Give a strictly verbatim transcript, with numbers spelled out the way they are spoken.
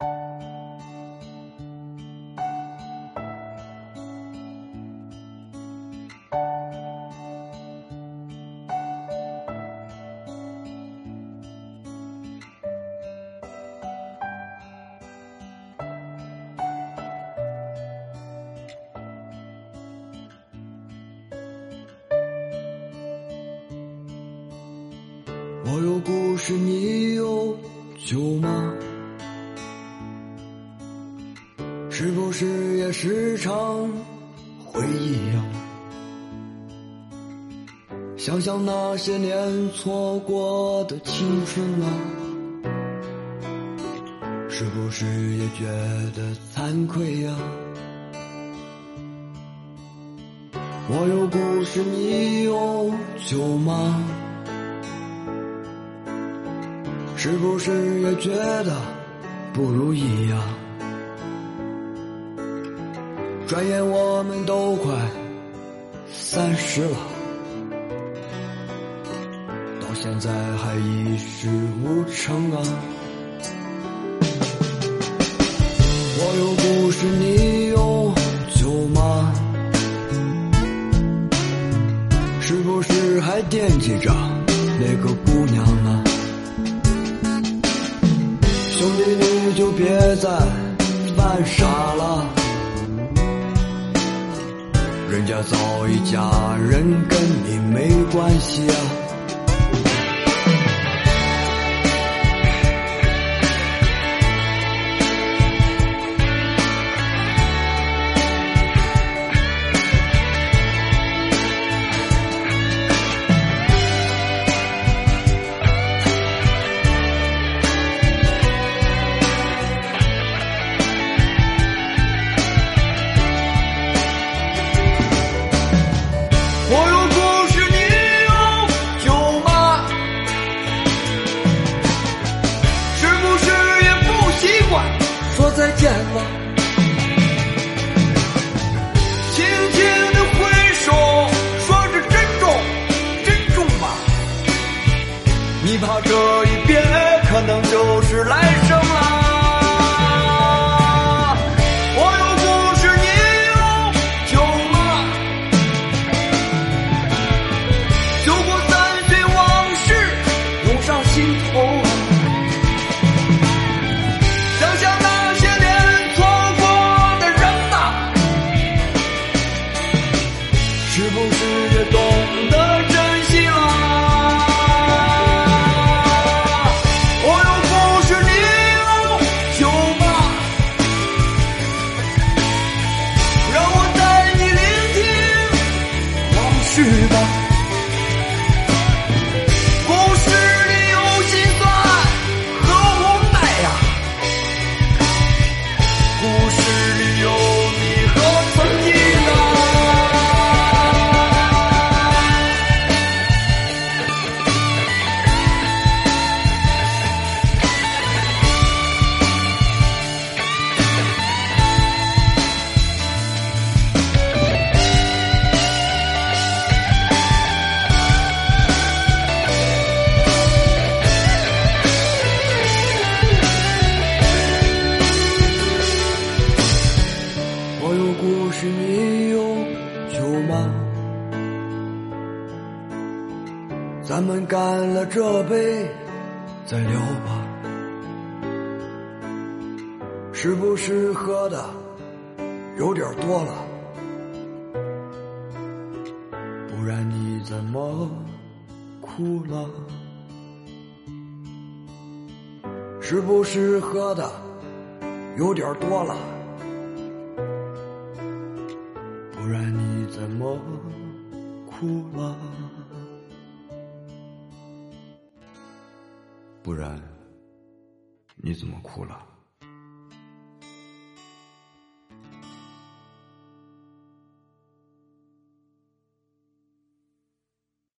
我有故事，你有酒吗？是不是也时常回忆呀？想想那些年错过的青春啊，是不是也觉得惭愧呀？我有故事，你有酒吗？是不是也觉得不如意呀？转眼我们都快三十了，到现在还一事无成啊。我有故事，你有酒吗？是不是还惦记着那个姑娘啊？兄弟，你就别再犯傻了，人家早已嫁人，跟你没关系啊。说再见了，轻轻地挥手，说着珍重，珍重吧。你怕这一别可能就是来生啊。我有故事，你有酒吗？酒过三巡，往事涌上心头啊。想想那些年错过的人啊，是不是也懂得珍惜了？我有故事，你有酒吗？让我带你聆听往事吧。故事里有心酸和无奈呀，故事里有你和曾经啊。我有故事，你有酒吗？咱们干了这杯再聊吧，是不是喝的有点多了？不然你怎么哭了？是不是喝的有点多了？不然你怎么哭了？不然你怎么哭了？